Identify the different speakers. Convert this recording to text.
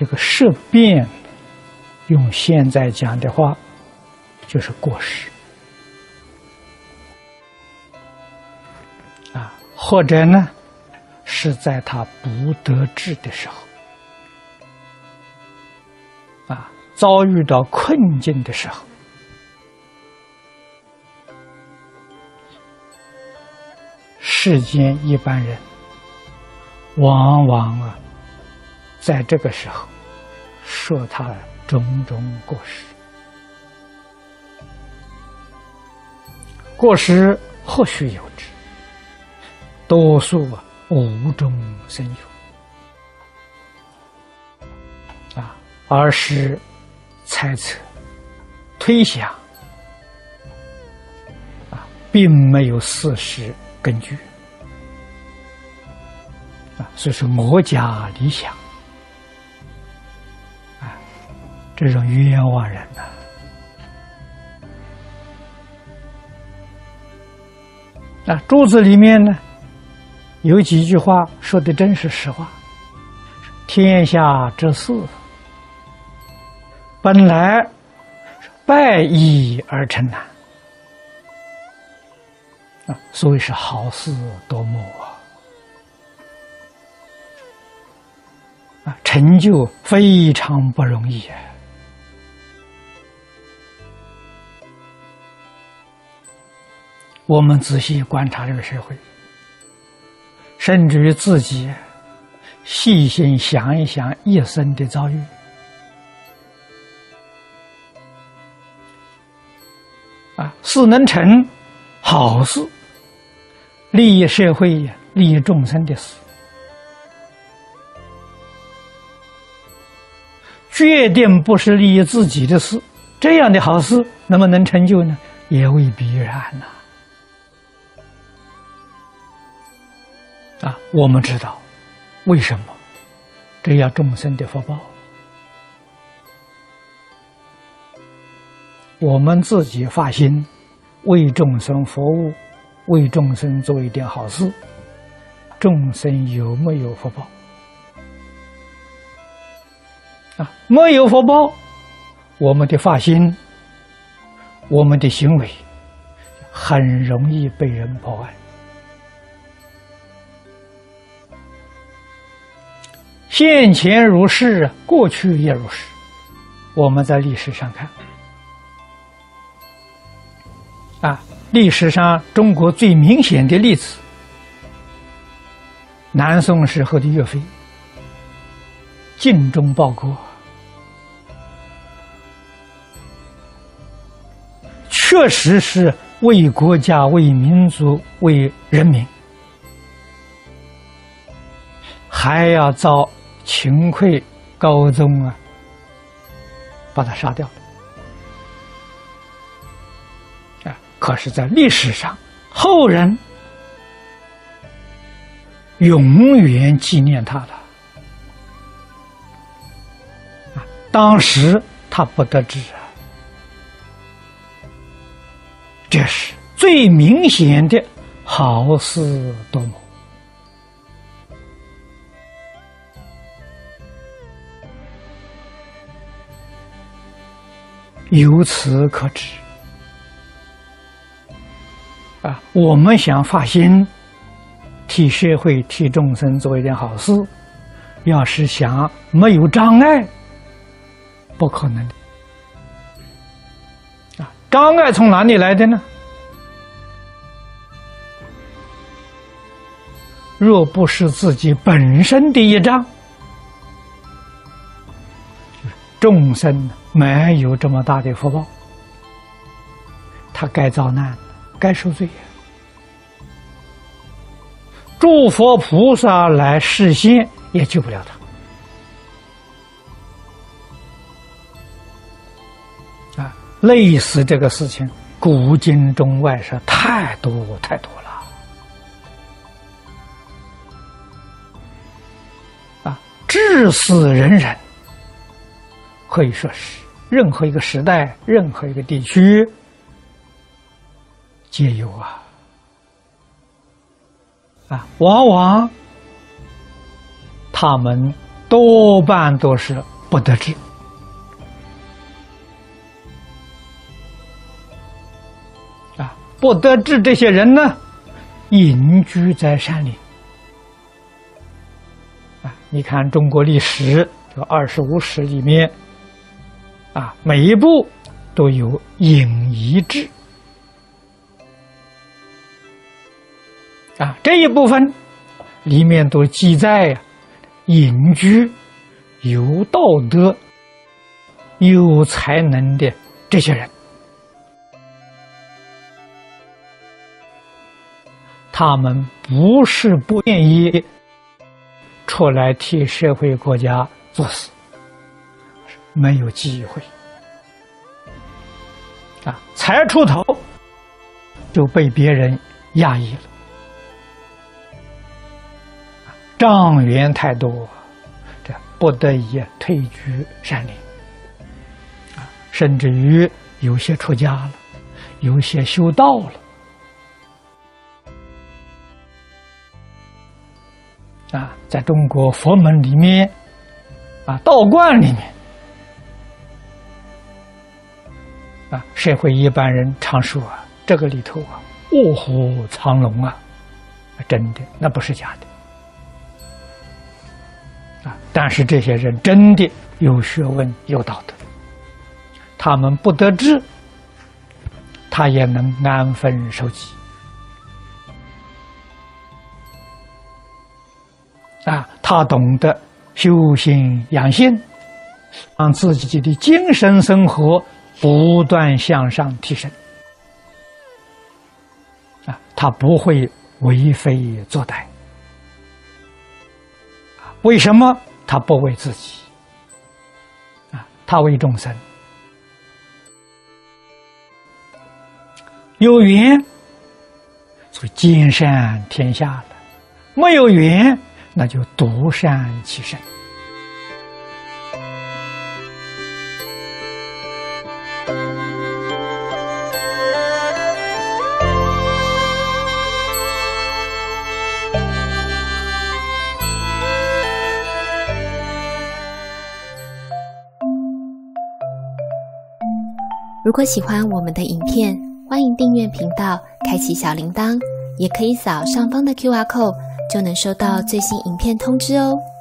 Speaker 1: 个识变，用现在讲的话，就是过失啊，或者呢，是在他不得志的时候啊，遭遇到困境的时候，世间一般人往往在这个时候说他种种过失。过失或许有之，多数无中生有而是猜测推想并没有事实根据所以说我家理想这种冤枉人注子里面呢有几句话说的真是实话。天下之事本来败义而成难所以是好事多磨成就非常不容易我们仔细观察这个社会，甚至于自己细心想一想一生的遭遇事能成好事，利益社会利益众生的事，决定不是利益自己的事，这样的好事能不能成就呢？也未必然我们知道为什么，这要众生的福报。我们自己发心为众生服务，为众生做一点好事，众生有没有福报没有福报，我们的发心，我们的行为很容易被人破坏。现前如是，过去也如是。我们在历史上看历史上中国最明显的例子，南宋时候的岳飞尽忠报国，确实是为国家为民族为人民，还要遭秦桧高宗把他杀掉可是在历史上后人永远纪念他了当时他不得志这是最明显的好事多磨。由此可知我们想发心替社会替众生做一点好事，要是想没有障碍不可能障碍从哪里来的呢？若不是自己本身的业障，众生没有这么大的福报，他该遭难该受罪诸佛菩萨来示现也救不了他类似这个事情古今中外是太多太多了至死人人，可以说是任何一个时代任何一个地区皆有往往他们多半都是不得志。不得志这些人呢，隐居在山林。你看中国历史这25史里面，每一部都有隐逸志。这一部分里面都记载隐居、有道德、有才能的这些人。他们不是不愿意出来替社会国家做事，没有机会。才出头就被别人压抑了，障缘太多，这不得已退居山林。甚至于有些出家了，有些修道了。在中国佛门里面，道观里面，社会一般人常说这个里头卧虎藏龙真的，那不是假的。但是这些人真的有学问、有道德，他们不得志，他也能安分守己。他懂得修心养性，让自己的精神生活不断向上提升。他不会为非作歹。为什么？他不为自己，他为众生。有缘，所以兼善天下了；没有缘，那就独善其身。
Speaker 2: 如果喜欢我们的影片，欢迎订阅频道，开启小铃铛，也可以扫上方的 QR code，就能收到最新影片通知哦。